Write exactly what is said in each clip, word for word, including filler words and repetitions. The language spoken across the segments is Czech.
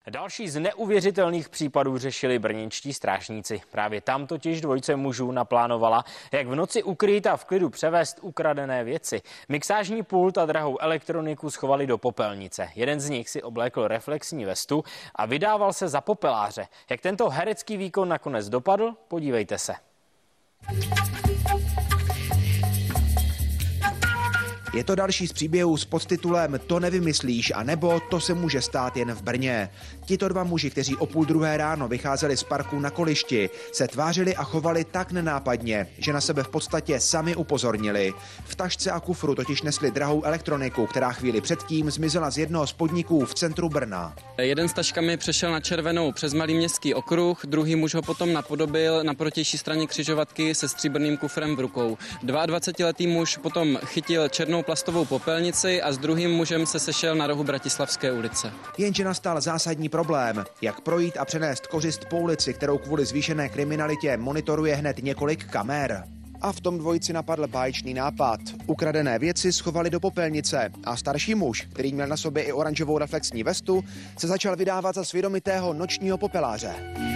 Další z neuvěřitelných případů řešili brněnští strážníci. Právě tam totiž dvojice mužů naplánovala, jak v noci ukrýt a v klidu převést ukradené věci. Mixážní pult a drahou elektroniku schovali do popelnice. Jeden z nich si oblékl reflexní vestu a vydával se za popeláře. Jak tento herecký výkon nakonec dopadl, podívejte se. Je to další z příběhů s podtitulem To nevymyslíš, anebo To se může stát jen v Brně. Tito dva muži, kteří o půl druhé ráno vycházeli z parku na Kolišti, se tvářili a chovali tak nenápadně, že na sebe v podstatě sami upozornili. V tašce a kufru totiž nesli drahou elektroniku, která chvíli předtím zmizela z jednoho z podniků v centru Brna. Jeden s taškami přešel na červenou přes Malý městský okruh, druhý muž ho potom napodobil na protější straně křižovatky se stříbrným kufrem v rukou. dvaadvacetiletý muž potom chytil černou plastovou popelnici a s druhým mužem se sešel na rohu Bratislavské ulice. Jenže nastal zásadní problém, jak projít a přenést kořist po ulici, kterou kvůli zvýšené kriminalitě monitoruje hned několik kamer. A v tom dvojici napadl báječný nápad. Ukradené věci schovali do popelnice a starší muž, který měl na sobě i oranžovou reflexní vestu, se začal vydávat za svědomitého nočního popeláře.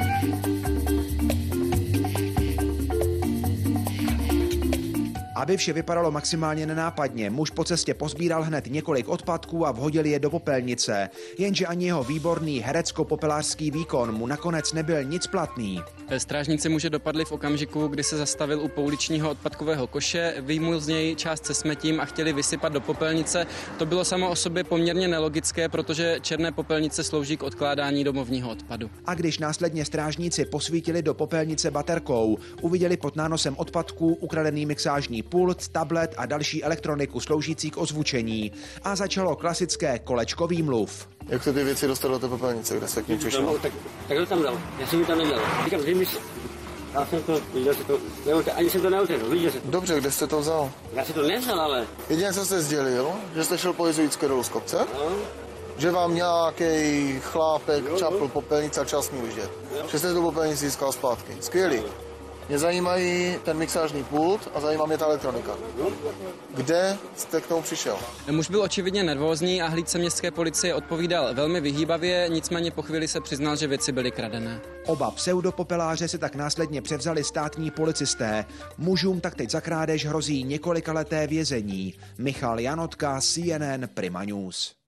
Aby vše vypadalo maximálně nenápadně, muž po cestě pozbíral hned několik odpadků a vhodil je do popelnice. Jenže ani jeho výborný herecko-popelářský výkon mu nakonec nebyl nic platný. Strážníci muže dopadli v okamžiku, kdy se zastavil u pouličního odpadkového koše, vyjmul z něj část se smetím a chtěli vysypat do popelnice. To bylo samo o sobě poměrně nelogické, protože černé popelnice slouží k odkládání domovního odpadu. A když následně strážníci posvítili do popelnice baterkou, uviděli pod nánosem odpadků ukradený mixážní pult, tablet a další elektroniku sloužící k ozvučení. A začalo klasické kolečko výmluv. Jak se ty věci dostaly do té popelnice, kde se k ním přišlo? Tak, tak to tam dal, já jsem mi tam nedal. Říkám, vymysl. Já jsem to, viděl jsem to, neute, ani jsem to neutřel, viděl jsem to. Dobře, kde jste to vzal? Já si to nevzal, ale... Jedině jsem se sdělil, že jste šel po jezuitské dolů z kopce, No. že vám nějaký chlápek Jo, čapl jo. popelnici a čas ní uždět. Že jste tu popelnici získal zpátky. Skvělý. Mě zajímají ten mixážní pult a zajímá mě ta elektronika. Kde jste k tomu přišel? Muž byl očividně nervózní a hlídce městské policie odpovídal velmi vyhýbavě, nicméně po chvíli se přiznal, že věci byly kradené. Oba pseudopopeláře se tak následně převzali státní policisté. Mužům tak teď za krádež hrozí několikaleté vězení. Michal Janotka, C N N Prima News.